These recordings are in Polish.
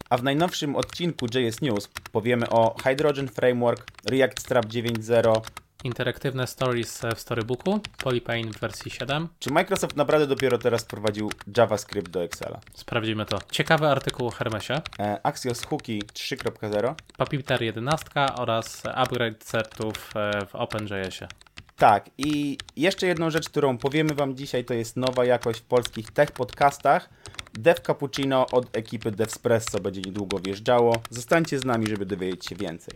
A w najnowszym odcinku JS News powiemy o Hydrogen Framework, React Strap 9.0, interaktywne stories w Storybooku, Polypaint w wersji 7. Czy Microsoft naprawdę dopiero teraz wprowadził JavaScript do Excela? Sprawdzimy to. Ciekawy artykuł o Hermesie. Axios Hooki 3.0. Puppeteer 11 oraz upgrade certów w OpenJS-ie. Tak, i jeszcze jedną rzecz, którą powiemy wam dzisiaj, to jest nowa jakość w polskich tech podcastach. Dev Cappuccino od ekipy Devspresso będzie niedługo wjeżdżało. Zostańcie z nami, żeby dowiedzieć się więcej.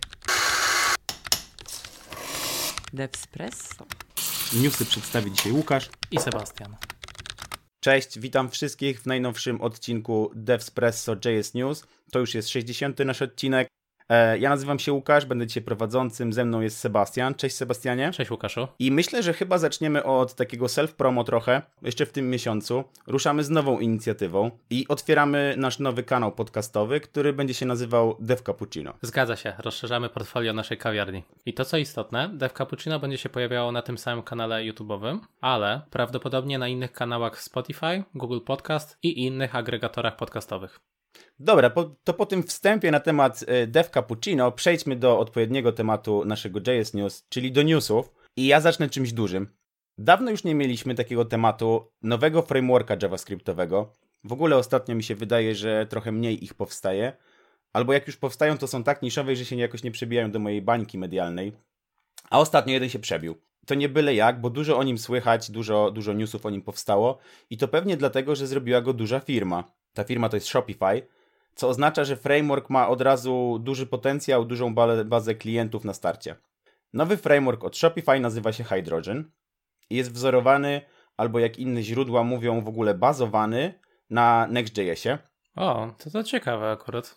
Devspresso. Newsy przedstawi dzisiaj Łukasz I Sebastian. Cześć, witam wszystkich w najnowszym odcinku Devspresso JS News. To już jest 60. nasz odcinek. Ja nazywam się Łukasz, będę dzisiaj prowadzącym, ze mną jest Sebastian. Cześć Sebastianie. Cześć Łukaszu. I myślę, że chyba zaczniemy od takiego self-promo trochę, jeszcze w tym miesiącu. Ruszamy z nową inicjatywą i otwieramy nasz nowy kanał podcastowy, który będzie się nazywał Dev Cappuccino. Zgadza się, rozszerzamy portfolio naszej kawiarni. I to co istotne, Dev Cappuccino będzie się pojawiało na tym samym kanale YouTube'owym, ale prawdopodobnie na innych kanałach Spotify, Google Podcast i innych agregatorach podcastowych. Dobra, to po tym wstępie na temat Dev Cappuccino przejdźmy do odpowiedniego tematu naszego JS News, czyli do newsów. I ja zacznę czymś dużym. Dawno już nie mieliśmy takiego tematu nowego frameworka javascriptowego. W ogóle ostatnio mi się wydaje, że trochę mniej ich powstaje. Albo jak już powstają, to są tak niszowe, że się jakoś nie przebijają do mojej bańki medialnej. A ostatnio jeden się przebił. To nie byle jak, bo dużo o nim słychać, dużo newsów o nim powstało. I to pewnie dlatego, że zrobiła go duża firma. Ta firma to jest Shopify, co oznacza, że framework ma od razu duży potencjał, dużą bazę klientów na starcie. Nowy framework od Shopify nazywa się Hydrogen i jest wzorowany, albo jak inne źródła mówią, w ogóle bazowany na Next.jsie. O, to ciekawe akurat.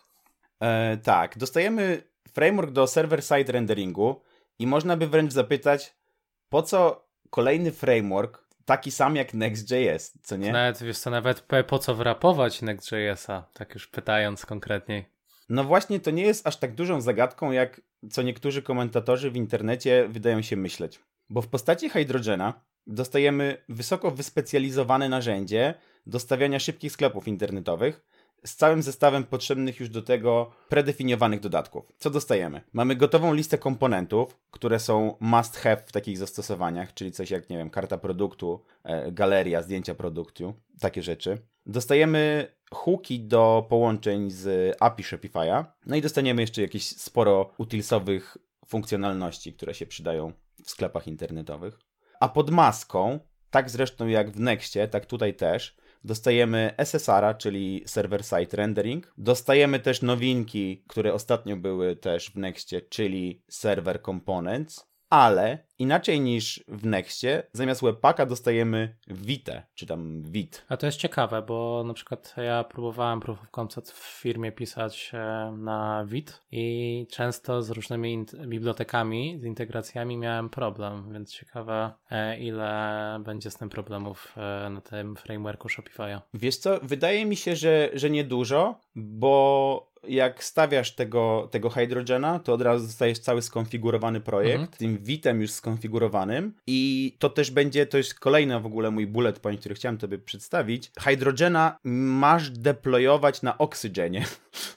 Tak, dostajemy framework do server-side renderingu i można by wręcz zapytać, po co kolejny framework taki sam jak Next.js, co nie? Nawet po co wrapować Next.jsa, tak już pytając konkretniej. No właśnie, to nie jest aż tak dużą zagadką, jak co niektórzy komentatorzy w internecie wydają się myśleć. Bo w postaci Hydrogena dostajemy wysoko wyspecjalizowane narzędzie do stawiania szybkich sklepów internetowych z całym zestawem potrzebnych już do tego predefiniowanych dodatków. Co dostajemy? Mamy gotową listę komponentów, które są must have w takich zastosowaniach, czyli coś jak, nie wiem, karta produktu, galeria, zdjęcia produktu, takie rzeczy. Dostajemy hooki do połączeń z API Shopify'a, no i dostaniemy jeszcze jakieś sporo utilsowych funkcjonalności, które się przydają w sklepach internetowych. A pod maską, tak zresztą jak w Nextie, tak tutaj też, dostajemy SSR-a, czyli Server-Side Rendering. Dostajemy też nowinki, które ostatnio były też w Nextie, czyli Server Components. Ale inaczej niż w Nextie, zamiast Webpacka dostajemy Vitę, czy tam Vit. A to jest ciekawe, bo na przykład ja próbowałem Proof of Concept w firmie pisać na Vit i często z różnymi bibliotekami, z integracjami miałem problem, więc ciekawe ile będzie z tym problemów na tym frameworku Shopify'a. Wiesz co, wydaje mi się, że niedużo, bo jak stawiasz tego Hydrogena, to od razu dostajesz cały skonfigurowany projekt, tym Vitem już skonfigurowanym i to też będzie, to jest kolejny w ogóle mój bullet point, który chciałem tobie przedstawić. Hydrogena masz deployować na Oxygenie,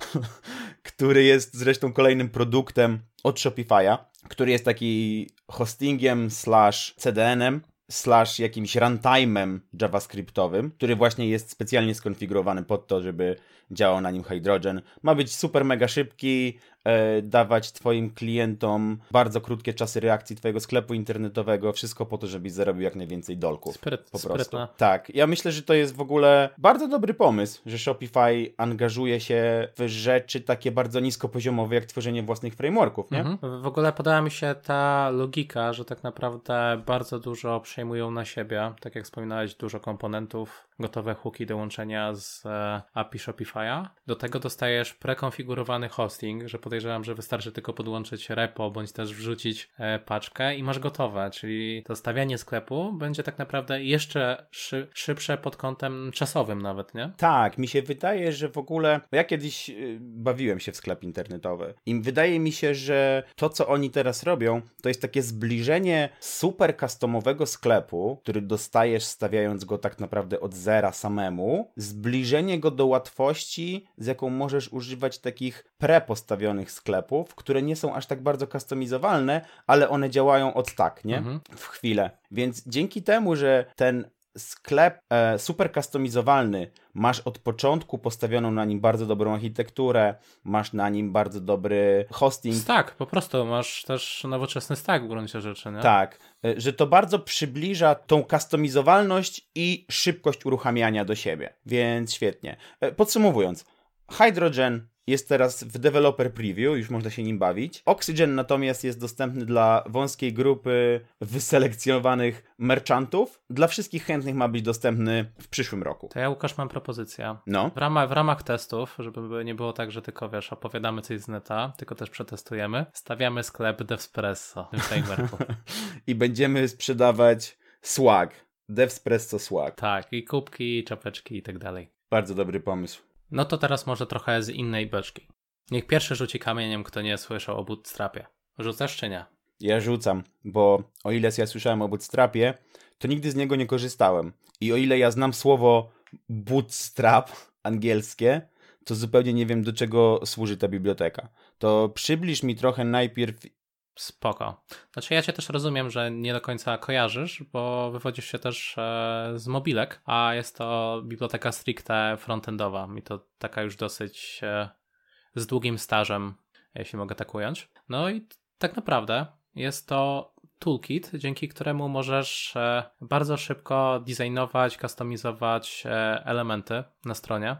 który jest zresztą kolejnym produktem od Shopify'a, który jest taki hostingiem / CDN-em / jakimś runtime'em javascriptowym, który właśnie jest specjalnie skonfigurowany pod to, żeby działał na nim Hydrogen. Ma być super mega szybki, dawać twoim klientom bardzo krótkie czasy reakcji twojego sklepu internetowego, wszystko po to, żebyś zarobił jak najwięcej dolków. Po prostu. Sprytne. Tak, ja myślę, że to jest w ogóle bardzo dobry pomysł, że Shopify angażuje się w rzeczy takie bardzo niskopoziomowe, jak tworzenie własnych frameworków, nie? W ogóle podoba mi się ta logika, że tak naprawdę bardzo dużo przejmują na siebie, tak jak wspominałeś, dużo komponentów, gotowe hooki do łączenia z API Shopify'a. Do tego dostajesz prekonfigurowany hosting, że podejrzewam, że wystarczy tylko podłączyć repo, bądź też wrzucić paczkę i masz gotowe, czyli to stawianie sklepu będzie tak naprawdę jeszcze szybsze pod kątem czasowym nawet, nie? Tak, mi się wydaje, że w ogóle, bo ja kiedyś bawiłem się w sklep internetowy i wydaje mi się, że to, co oni teraz robią, to jest takie zbliżenie super customowego sklepu, który dostajesz stawiając go tak naprawdę od zera samemu, zbliżenie go do łatwości szybkości, z jaką możesz używać takich prepostawionych sklepów, które nie są aż tak bardzo customizowalne, ale one działają od tak, nie? W chwilę. Więc dzięki temu, że ten sklep super customizowalny, masz od początku postawioną na nim bardzo dobrą architekturę, masz na nim bardzo dobry hosting. Stack, po prostu masz też nowoczesny stack w gruncie rzeczy, nie? Tak, że to bardzo przybliża tą customizowalność i szybkość uruchamiania do siebie, więc świetnie. Podsumowując, Hydrogen jest teraz w developer preview, już można się nim bawić. Oxygen natomiast jest dostępny dla wąskiej grupy wyselekcjonowanych merchantów. Dla wszystkich chętnych ma być dostępny w przyszłym roku. To ja, Łukasz, mam propozycję. No. W ramach testów, żeby nie było tak, że tylko, wiesz, opowiadamy coś z neta, tylko też przetestujemy, stawiamy sklep Devspresso w tym frameworku. I będziemy sprzedawać swag. Devspresso swag. Tak, i kubki, czapeczki i tak dalej. Bardzo dobry pomysł. No to teraz może trochę z innej beczki. Niech pierwszy rzuci kamieniem, kto nie słyszał o Bootstrapie. Rzucasz czy nie? Ja rzucam, bo o ile ja słyszałem o Bootstrapie, to nigdy z niego nie korzystałem. I o ile ja znam słowo bootstrap angielskie, to zupełnie nie wiem, do czego służy ta biblioteka. To przybliż mi trochę najpierw. Spoko. Znaczy ja cię też rozumiem, że nie do końca kojarzysz, bo wywodzisz się też z mobilek, a jest to biblioteka stricte frontendowa i to taka już dosyć z długim stażem, jeśli mogę tak ująć. No i tak naprawdę jest to toolkit, dzięki któremu możesz bardzo szybko designować, customizować elementy na stronie.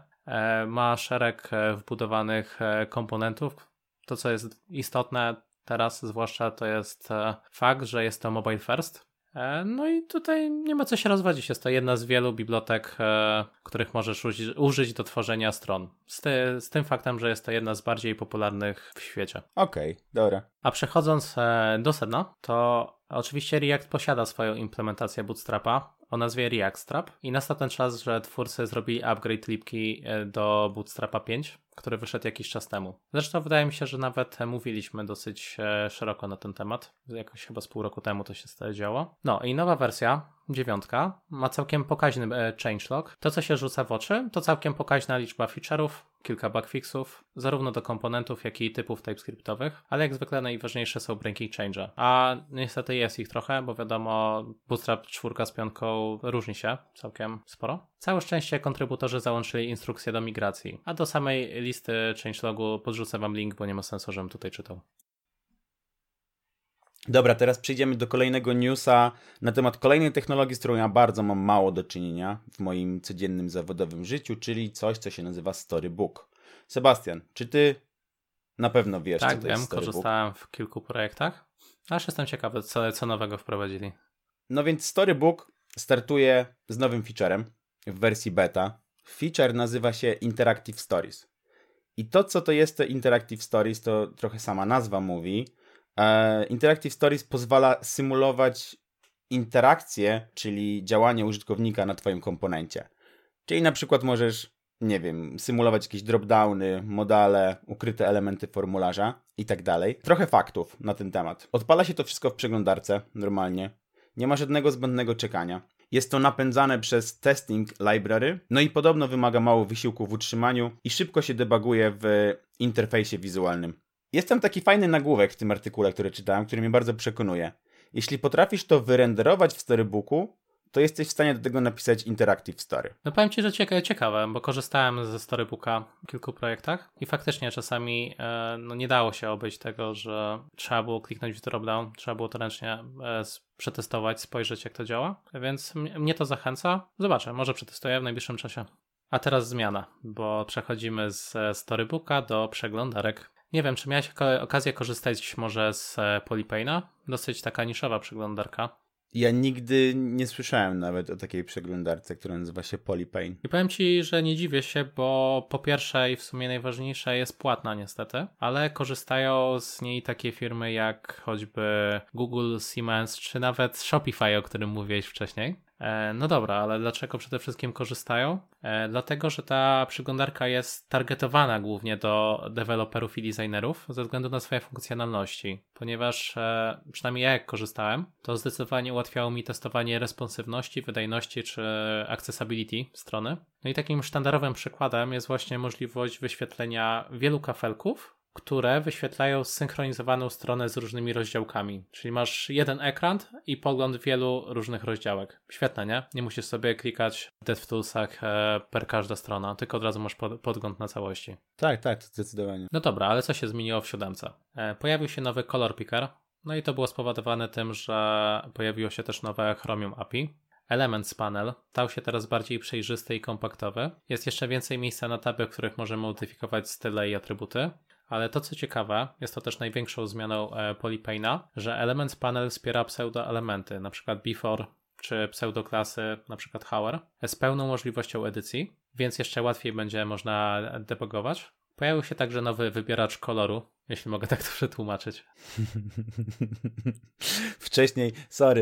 Ma szereg wbudowanych komponentów. To, co jest istotne teraz zwłaszcza, to jest fakt, że jest to mobile first. No i tutaj nie ma co się rozwodzić. Jest to jedna z wielu bibliotek, których możesz użyć do tworzenia stron. Z tym faktem, że jest to jedna z bardziej popularnych w świecie. Okej, dobra. A przechodząc do sedna, to oczywiście React posiada swoją implementację Bootstrapa o nazwie Reactstrap i nastał ten czas, że twórcy zrobili upgrade lipki do Bootstrapa 5, który wyszedł jakiś czas temu. Zresztą wydaje mi się, że nawet mówiliśmy dosyć szeroko na ten temat. Jakoś chyba z pół roku temu to się działo. No i nowa wersja, 9, ma całkiem pokaźny changelog. To, co się rzuca w oczy, to całkiem pokaźna liczba feature'ów, kilka bugfixów, zarówno do komponentów, jak i typów TypeScriptowych, ale jak zwykle najważniejsze są breaking change. A niestety jest ich trochę, bo wiadomo, Bootstrap 4 z 5 różni się całkiem sporo. Całe szczęście kontrybutorzy załączyli instrukcję do migracji, a do samej listy changelogu podrzucę wam link, bo nie ma sensu, żebym tutaj czytał. Dobra, teraz przejdziemy do kolejnego newsa na temat kolejnej technologii, z którą ja bardzo mam mało do czynienia w moim codziennym zawodowym życiu, czyli coś, co się nazywa Storybook. Sebastian, czy ty na pewno wiesz, tak, co to jest wiem, Storybook? korzystałem w kilku projektach, aż jestem ciekawy, co nowego wprowadzili. No więc Storybook startuje z nowym featurem w wersji beta. Feature nazywa się Interactive Stories. I to, co to jest te Interactive Stories, to trochę sama nazwa mówi. Interactive Stories pozwala symulować interakcję, czyli działanie użytkownika na twoim komponencie. Czyli na przykład możesz, nie wiem, symulować jakieś dropdowny, modale, ukryte elementy formularza i tak dalej. Trochę faktów na ten temat. Odpala się to wszystko w przeglądarce normalnie. Nie ma żadnego zbędnego czekania. Jest to napędzane przez testing library, no i podobno wymaga mało wysiłku w utrzymaniu i szybko się debuguje w interfejsie wizualnym. Jest tam taki fajny nagłówek w tym artykule, który czytałem, który mnie bardzo przekonuje. Jeśli potrafisz to wyrenderować w Storybooku, to jesteś w stanie do tego napisać Interactive Story. No powiem ci, że ciekawe, bo korzystałem ze Storybooka w kilku projektach i faktycznie czasami nie dało się obejść tego, że trzeba było kliknąć w dropdown, trzeba było to ręcznie przetestować, spojrzeć jak to działa, więc mnie to zachęca. Zobaczę, może przetestuję w najbliższym czasie. A teraz zmiana, bo przechodzimy z Storybooka do przeglądarek. Nie wiem, czy miałeś okazję korzystać może z Polypane'a? Dosyć taka niszowa przeglądarka. Ja nigdy nie słyszałem nawet o takiej przeglądarce, która nazywa się Polypane. I powiem ci, że nie dziwię się, bo po pierwsze i w sumie najważniejsze jest płatna niestety, ale korzystają z niej takie firmy jak choćby Google, Siemens czy nawet Shopify, o którym mówiłeś wcześniej. No dobra, ale dlaczego przede wszystkim korzystają? Dlatego, że ta przeglądarka jest targetowana głównie do deweloperów i designerów ze względu na swoje funkcjonalności, ponieważ przynajmniej ja jak korzystałem, to zdecydowanie ułatwiało mi testowanie responsywności, wydajności czy accessibility strony. No i takim sztandarowym przykładem jest właśnie możliwość wyświetlenia wielu kafelków, które wyświetlają zsynchronizowaną stronę z różnymi rozdziałkami. Czyli masz jeden ekran i pogląd wielu różnych rozdziałek. Świetne, nie? Nie musisz sobie klikać w DevToolsach per każda strona, tylko od razu masz podgląd na całości. Tak, to zdecydowanie. No dobra, ale co się zmieniło w 7? Pojawił się nowy Color Picker, no i to było spowodowane tym, że pojawiło się też nowe Chromium API. Elements Panel stał się teraz bardziej przejrzysty i kompaktowy. Jest jeszcze więcej miejsca na taby, w których możemy modyfikować style i atrybuty. Ale to co ciekawe, jest to też największą zmianą Polypane'a, że Elements Panel wspiera pseudoelementy, np. before czy pseudoklasy, np. hour, z pełną możliwością edycji, więc jeszcze łatwiej będzie można debugować. Pojawił się także nowy wybieracz koloru, jeśli mogę tak to przetłumaczyć. Wcześniej, sorry,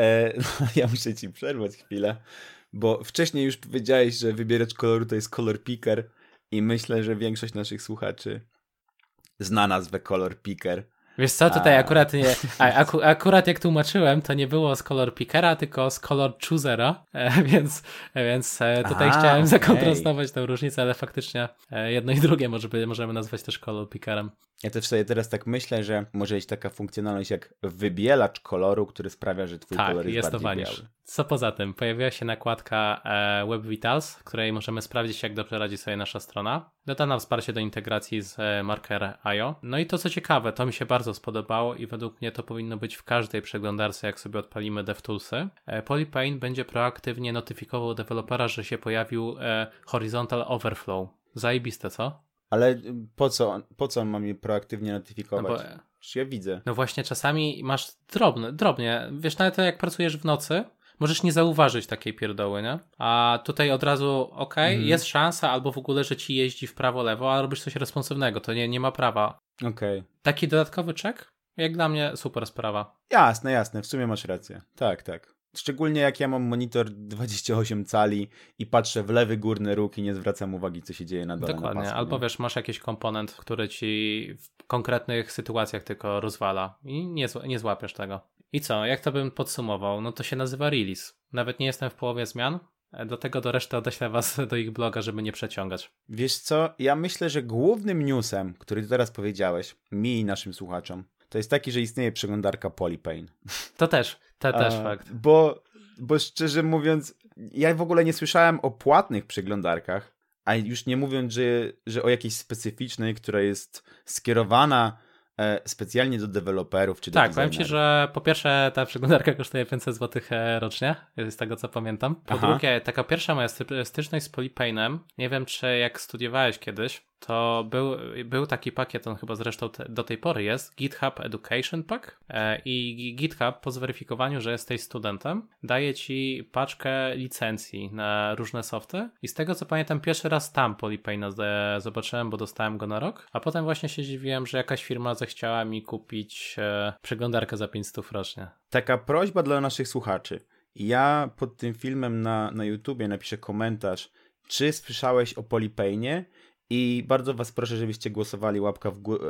ja muszę ci przerwać chwilę, bo wcześniej już powiedziałeś, że wybieracz koloru to jest Color Picker i myślę, że większość naszych słuchaczy zna nazwę Color Picker. Wiesz co, tutaj akurat nie. Akurat jak tłumaczyłem, to nie było z Color Pickera, tylko z Color Choosera, więc tutaj chciałem zakontrastować tę różnicę, ale faktycznie jedno i drugie możemy nazwać też Color Pickerem. Ja też sobie teraz tak myślę, że może być taka funkcjonalność jak wybielacz koloru, który sprawia, że twój kolor jest bardziej biały. Co poza tym? Pojawiła się nakładka Web Vitals, w której możemy sprawdzić, jak dobrze radzi sobie nasza strona. Dodano wsparcie do integracji z Marker.io. No i to co ciekawe, to mi się bardzo spodobało i według mnie to powinno być w każdej przeglądarce, jak sobie odpalimy DevToolsy. Polypane będzie proaktywnie notyfikował dewelopera, że się pojawił Horizontal Overflow. Zajebiste, co? Ale po co on ma mnie proaktywnie notyfikować? No bo, ja widzę. No właśnie czasami masz drobnie. Wiesz, nawet jak pracujesz w nocy, możesz nie zauważyć takiej pierdoły, nie? A tutaj od razu, jest szansa albo w ogóle, że ci jeździ w prawo, lewo, a robisz coś responsywnego, to nie ma prawa. Taki dodatkowy check? Jak dla mnie super sprawa. Jasne, w sumie masz rację. Tak. Szczególnie jak ja mam monitor 28 cali i patrzę w lewy górny róg i nie zwracam uwagi, co się dzieje na dole. Dokładnie, na pasku, albo wiesz, masz jakiś komponent, który ci w konkretnych sytuacjach tylko rozwala i nie złapiesz tego. I co, jak to bym podsumował? No to się nazywa release. Nawet nie jestem w połowie zmian, dlatego do reszty odeślę was do ich bloga, żeby nie przeciągać. Wiesz co, ja myślę, że głównym newsem, który ty teraz powiedziałeś, mi i naszym słuchaczom, to jest taki, że istnieje przeglądarka Polypane. To też fakt. Bo szczerze mówiąc, ja w ogóle nie słyszałem o płatnych przeglądarkach, a już nie mówiąc, że o jakiejś specyficznej, która jest skierowana specjalnie do deweloperów czy do designerów. Powiem ci, że po pierwsze ta przeglądarka kosztuje 500 zł rocznie, z tego co pamiętam. Po drugie, taka pierwsza moja styczność z Polypane'em, nie wiem czy jak studiowałeś kiedyś, to był taki pakiet, on chyba zresztą do tej pory jest, GitHub Education Pack i GitHub po zweryfikowaniu, że jesteś studentem, daje ci paczkę licencji na różne softy i z tego co pamiętam pierwszy raz tam Polypane'a zobaczyłem, bo dostałem go na rok, a potem właśnie się dziwiłem, że jakaś firma zechciała mi kupić przeglądarkę za 500 rocznie. Taka prośba dla naszych słuchaczy. Ja pod tym filmem na YouTubie napiszę komentarz, czy słyszałeś o Polypane'ie? I bardzo was proszę, żebyście głosowali łapka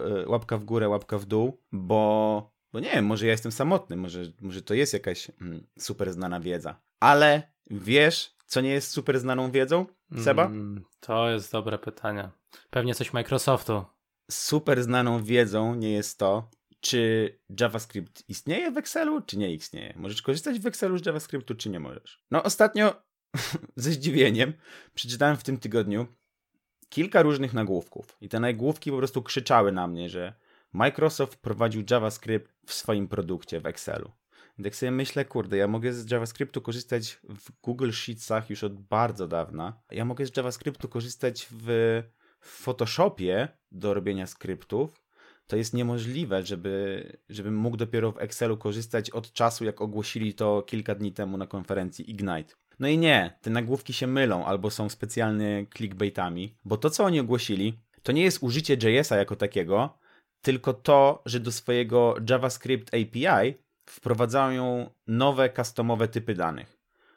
w górę, łapka w dół, bo nie wiem, może ja jestem samotny, może to jest jakaś super znana wiedza. Ale wiesz, co nie jest super znaną wiedzą, Seba? To jest dobre pytanie. Pewnie coś Microsoftu. Super znaną wiedzą nie jest to, czy JavaScript istnieje w Excelu, czy nie istnieje. Możesz korzystać w Excelu z JavaScriptu, czy nie możesz. No ostatnio ze zdziwieniem przeczytałem w tym tygodniu kilka różnych nagłówków i te nagłówki po prostu krzyczały na mnie, że Microsoft wprowadził JavaScript w swoim produkcie w Excelu. I tak sobie myślę, kurde, ja mogę z JavaScriptu korzystać w Google Sheetsach już od bardzo dawna. Ja mogę z JavaScriptu korzystać w Photoshopie do robienia skryptów. To jest niemożliwe, żebym mógł dopiero w Excelu korzystać od czasu, jak ogłosili to kilka dni temu na konferencji Ignite. No i nie, te nagłówki się mylą albo są specjalnie clickbaitami, bo to, co oni ogłosili, to nie jest użycie JS-a jako takiego, tylko to, że do swojego JavaScript API wprowadzają nowe customowe typy danych.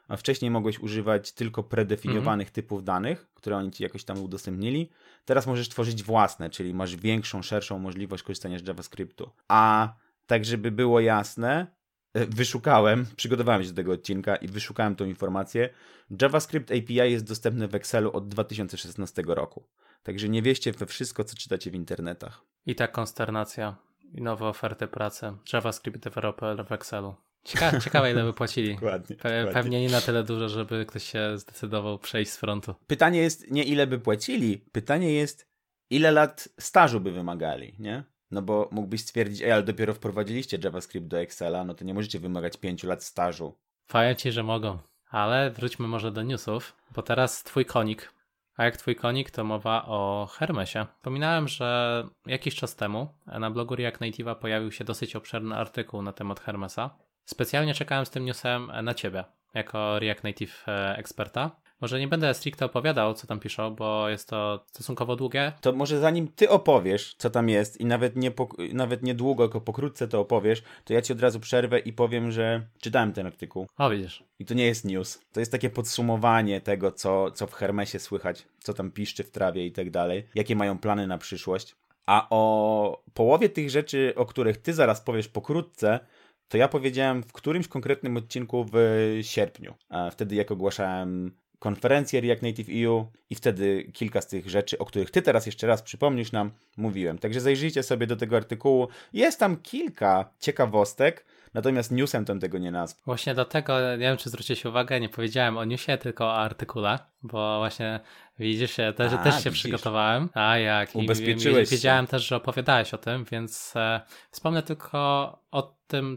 a wcześniej mogłeś używać tylko predefiniowanych typów danych, które oni ci jakoś tam udostępnili. Teraz możesz tworzyć własne, czyli masz większą, szerszą możliwość korzystania z JavaScriptu. A tak, żeby było jasne, przygotowałem się do tego odcinka i wyszukałem tą informację. JavaScript API jest dostępny w Excelu od 2016 roku. Także nie wierzcie we wszystko, co czytacie w internetach. I ta konsternacja i nowe oferty pracy. JavaScript developer w Excelu. Ciekawe ile by płacili. Dokładnie. Pewnie nie na tyle dużo, żeby ktoś się zdecydował przejść z frontu. Pytanie jest nie ile by płacili, pytanie jest ile lat stażu by wymagali, nie? No bo mógłbyś stwierdzić, ale dopiero wprowadziliście JavaScript do Excela, no to nie możecie wymagać 5 lat stażu. Powiem ci, że mogą. Ale wróćmy może do newsów, bo teraz twój konik. A jak twój konik, to mowa o Hermesie. Wspominałem, że jakiś czas temu na blogu React Native'a pojawił się dosyć obszerny artykuł na temat Hermesa. Specjalnie czekałem z tym newsem na ciebie, jako React Native eksperta. Może nie będę stricte opowiadał, co tam piszą, bo jest to stosunkowo długie. To może zanim ty opowiesz, co tam jest i nawet nie długo, tylko pokrótce to opowiesz, to ja ci od razu przerwę i powiem, że czytałem ten artykuł. O, widzisz. I to nie jest news. To jest takie podsumowanie tego, co w Hermesie słychać, co tam piszczy w trawie i tak dalej, jakie mają plany na przyszłość. A o połowie tych rzeczy, o których ty zaraz powiesz pokrótce, to ja powiedziałem w którymś konkretnym odcinku w sierpniu. Wtedy jak ogłaszałem konferencję React Native EU i wtedy kilka z tych rzeczy, o których ty teraz jeszcze raz przypomnisz nam, mówiłem. Także zajrzyjcie sobie do tego artykułu. Jest tam kilka ciekawostek, natomiast newsem tam tego nie nazwę. Właśnie dlatego, nie wiem czy zwróciłeś uwagę, nie powiedziałem o newsie, tylko o artykule, bo właśnie widzisz, też się przygotowałem. A jak? Ubezpieczyłeś się. Wiedziałem też, że opowiadałeś o tym, więc wspomnę tylko o tym,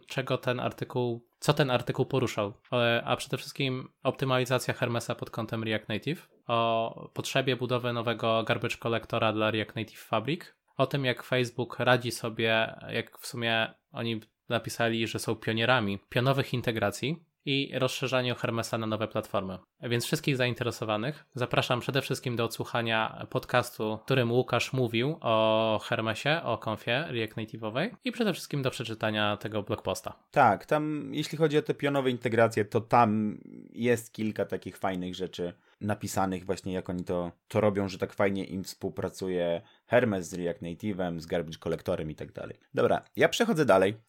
co ten artykuł poruszał, a przede wszystkim optymalizacja Hermesa pod kątem React Native, o potrzebie budowy nowego garbage collectora dla React Native Fabric, o tym jak Facebook radzi sobie, jak w sumie oni napisali, że są pionierami pionowych integracji i rozszerzaniu Hermesa na nowe platformy. Więc wszystkich zainteresowanych zapraszam przede wszystkim do odsłuchania podcastu, w którym Łukasz mówił o Hermesie, o konfie React Native'owej i przede wszystkim do przeczytania tego blogposta. Tak, tam jeśli chodzi o te pionowe integracje, to tam jest kilka takich fajnych rzeczy napisanych właśnie, jak oni to robią, że tak fajnie im współpracuje Hermes z React Native'em, z Garbage Collectorem i tak dalej. Dobra, ja przechodzę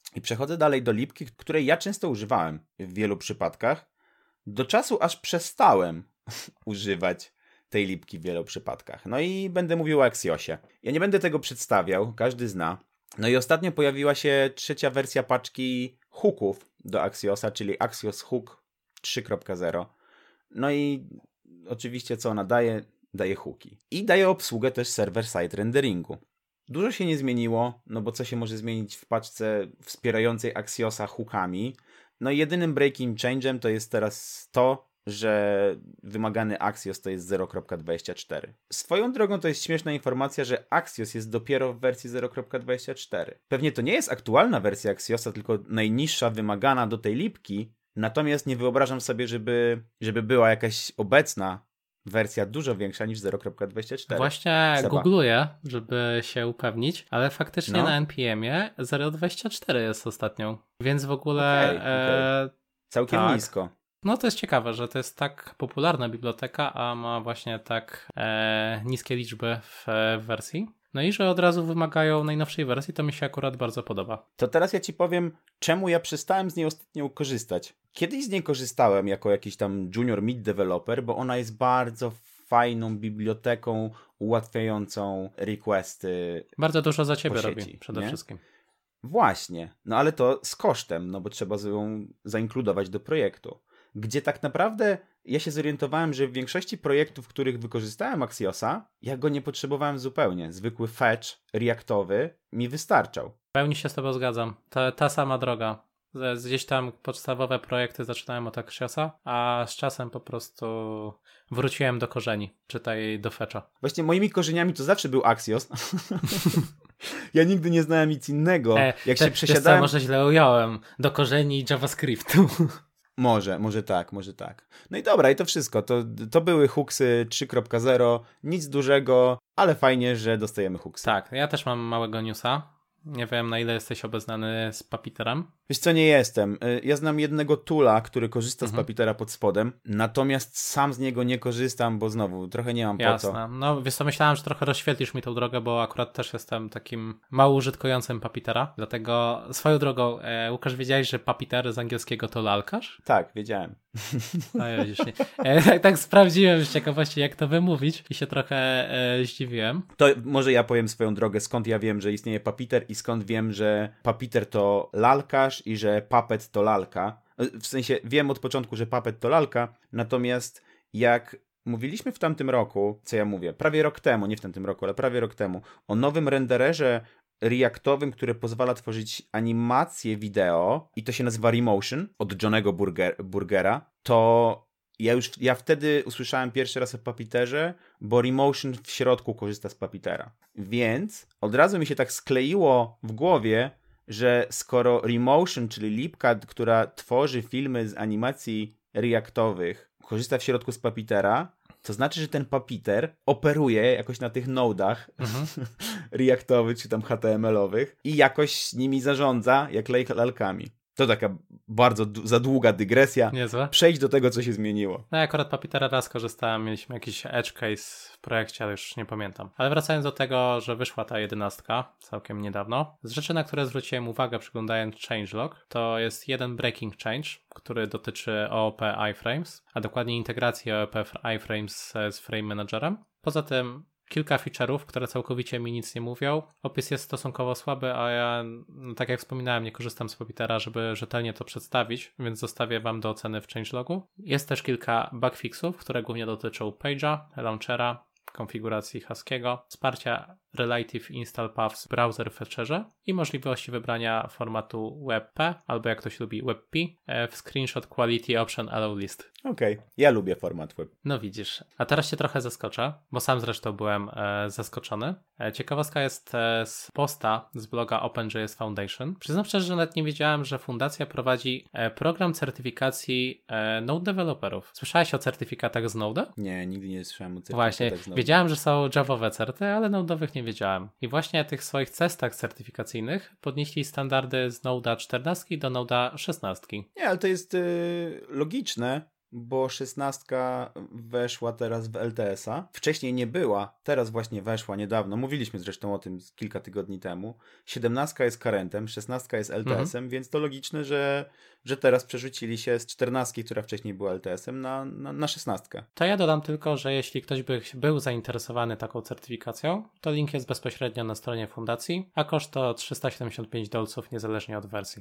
dalej do lipki, której ja często używałem w wielu przypadkach, do czasu aż przestałem używać tej lipki w wielu przypadkach. No i będę mówił o Axiosie. Ja nie będę tego przedstawiał, każdy zna. No i ostatnio pojawiła się trzecia wersja paczki hooków do Axiosa, czyli Axios Hook 3.0. No i oczywiście co ona daje? Daje hooki. I daje obsługę też server-side renderingu. Dużo się nie zmieniło, no bo co się może zmienić w paczce wspierającej Axiosa hookami? No i jedynym breaking change'em to jest teraz to, że wymagany Axios to jest 0.24. Swoją drogą to jest śmieszna informacja, że Axios jest dopiero w wersji 0.24. Pewnie to nie jest aktualna wersja Axiosa, tylko najniższa wymagana do tej lipki, natomiast nie wyobrażam sobie, żeby była jakaś obecna wersja dużo większa niż 0.24. Właśnie googluję, żeby się upewnić, ale faktycznie na NPM-ie 0.24 jest ostatnią. Więc w ogóle... Okay. Całkiem nisko. No to jest ciekawe, że to jest tak popularna biblioteka, a ma właśnie tak niskie liczby w wersji. No i że od razu wymagają najnowszej wersji, to mi się akurat bardzo podoba. To teraz ja ci powiem, czemu ja przestałem z niej ostatnio korzystać. Kiedyś z niej korzystałem jako jakiś tam junior mid developer, bo ona jest bardzo fajną biblioteką ułatwiającą requesty. Bardzo dużo za ciebie robi przede wszystkim. Właśnie, no ale to z kosztem, no bo trzeba ją zainkludować do projektu. Gdzie tak naprawdę ja się zorientowałem, że w większości projektów, w których wykorzystałem Axiosa, ja go nie potrzebowałem zupełnie. Zwykły fetch reactowy mi wystarczał. W pełni się z tobą zgadzam. Ta sama droga. Gdzieś tam podstawowe projekty zaczynałem od Axiosa, a z czasem po prostu wróciłem do korzeni, czytaj do fetcha. Właśnie moimi korzeniami to zawsze był Axios. Ja nigdy nie znałem nic innego. Jak się przesiadałem... Może źle ująłem. Do korzeni JavaScriptu. Może tak. No i dobra, i to wszystko. To były hooksy 3.0, nic dużego, ale fajnie, że dostajemy hooksy. Tak, ja też mam małego newsa. Nie wiem, na ile jesteś obeznany z Puppeterem. Wiesz co, nie jestem. Ja znam jednego toola, który korzysta z Puppeteera pod spodem, natomiast sam z niego nie korzystam, bo znowu trochę nie mam po co. Jasne. No wiesz co, myślałem, że trochę rozświetlisz mi tą drogę, bo akurat też jestem takim mało użytkującym Puppeteera, dlatego swoją drogą, Łukasz, wiedziałeś, że Puppeteer z angielskiego to lalkarz? Tak, wiedziałem. No ja widzisz, nie. Tak sprawdziłem z ciekawości, jak to wymówić i się trochę zdziwiłem. To może ja powiem swoją drogę, skąd ja wiem, że istnieje Puppeteer i skąd wiem, że Puppeteer to lalkarz i że Puppet to lalka. W sensie wiem od początku, że Puppet to lalka, natomiast jak mówiliśmy w tamtym roku, co ja mówię, prawie rok temu, nie w tamtym roku, ale prawie rok temu, o nowym rendererze reactowym, który pozwala tworzyć animacje wideo i to się nazywa Remotion od Johnego Burgera, to ja wtedy usłyszałem pierwszy raz o Puppeteerze, bo Remotion w środku korzysta z Puppeteera. Więc od razu mi się tak skleiło w głowie, że skoro Remotion, czyli lipka, która tworzy filmy z animacji reactowych, korzysta w środku z Puppeteera, to znaczy, że ten Puppeteer operuje jakoś na tych nodach reactowych czy tam HTML-owych i jakoś nimi zarządza jak lalkami. To taka bardzo za długa dygresja. Niezłe. Przejdź do tego, co się zmieniło. No ja akurat Puppeteera raz korzystałem, mieliśmy jakiś edge case w projekcie, ale już nie pamiętam. Ale wracając do tego, że wyszła ta 11 całkiem niedawno, z rzeczy, na które zwróciłem uwagę przeglądając changelog, to jest jeden breaking change, który dotyczy OOP iframes, a dokładnie integracji OOP iframes z frame managerem. Poza tym kilka feature'ów, które całkowicie mi nic nie mówią. Opis jest stosunkowo słaby, a ja, no tak jak wspominałem, nie korzystam z Puppeteera, żeby rzetelnie to przedstawić, więc zostawię wam do oceny w changelogu. Jest też kilka bugfixów, które głównie dotyczą Page'a, launchera, konfiguracji Husky'ego, wsparcia Relative Install Paths w Browser Fetcherze i możliwości wybrania formatu WebP, albo jak ktoś lubi WebP, w Screenshot Quality Option Allow List. Okej, ja lubię format web. No widzisz. A teraz cię trochę zaskoczę, bo sam zresztą byłem zaskoczony. Ciekawostka jest z posta z bloga OpenJS Foundation. Przyznam szczerze, że nawet nie wiedziałem, że fundacja prowadzi program certyfikacji Node deweloperów. Słyszałeś o certyfikatach z Node? Nie, nigdy nie słyszałem o certyfikatach Właśnie, z Node. wiedziałem, że są Javowe certy, ale Node'owych nie wiedziałem. I właśnie w tych swoich testach certyfikacyjnych podnieśli standardy z Node'a 14 do Node'a 16. Nie, ale to jest logiczne, bo 16 weszła teraz w LTS-a. Wcześniej nie była, teraz właśnie weszła niedawno. Mówiliśmy zresztą o tym kilka tygodni temu. 17 jest Currentem, 16 jest LTS-em, więc to logiczne, że teraz przerzucili się z 14, która wcześniej była LTS-em, na 16. To ja dodam tylko, że jeśli ktoś by był zainteresowany taką certyfikacją, to link jest bezpośrednio na stronie fundacji, a koszt to $375 niezależnie od wersji.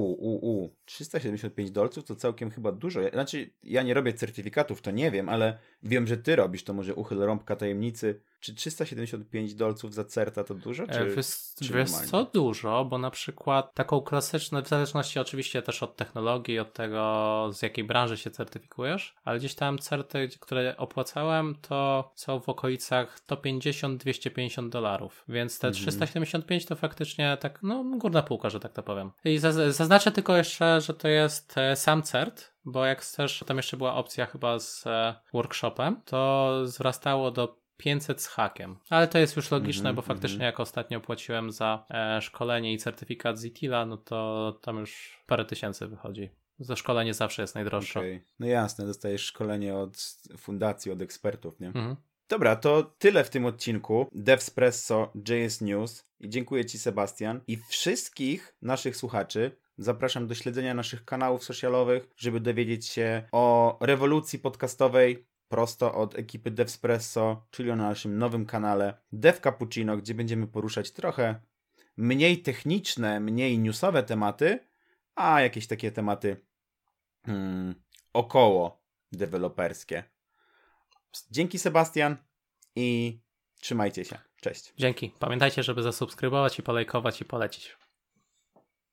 375 dolców to całkiem chyba dużo. Znaczy, ja nie robię certyfikatów, to nie wiem, ale wiem, że ty robisz, to może uchyl rąbka tajemnicy. Czy 375 dolców za certa to dużo? Wiesz co, dużo, bo na przykład taką klasyczną, w zależności oczywiście też od technologii, od tego z jakiej branży się certyfikujesz, ale gdzieś tam certy, które opłacałem, to są w okolicach $150-250, więc te 375 to faktycznie tak, no górna półka, że tak to powiem. I zaznaczę tylko jeszcze, że to jest sam cert, bo jak też tam jeszcze była opcja chyba z workshopem, to wzrastało do 500 z hakiem. Ale to jest już logiczne, bo faktycznie jak ostatnio płaciłem za szkolenie i certyfikat z ITIL-a, no to tam już parę tysięcy wychodzi. Za szkolenie zawsze jest najdroższe. Okay. No jasne, dostajesz szkolenie od fundacji, od ekspertów, nie? Dobra, to tyle w tym odcinku Devspresso JS News. I dziękuję ci, Sebastian. I wszystkich naszych słuchaczy zapraszam do śledzenia naszych kanałów socialowych, żeby dowiedzieć się o rewolucji podcastowej prosto od ekipy Devspresso, czyli na naszym nowym kanale Dev Cappuccino, gdzie będziemy poruszać trochę mniej techniczne, mniej newsowe tematy, a jakieś takie tematy około deweloperskie. Dzięki, Sebastian, i trzymajcie się. Cześć. Dzięki. Pamiętajcie, żeby zasubskrybować i polajkować i polecić.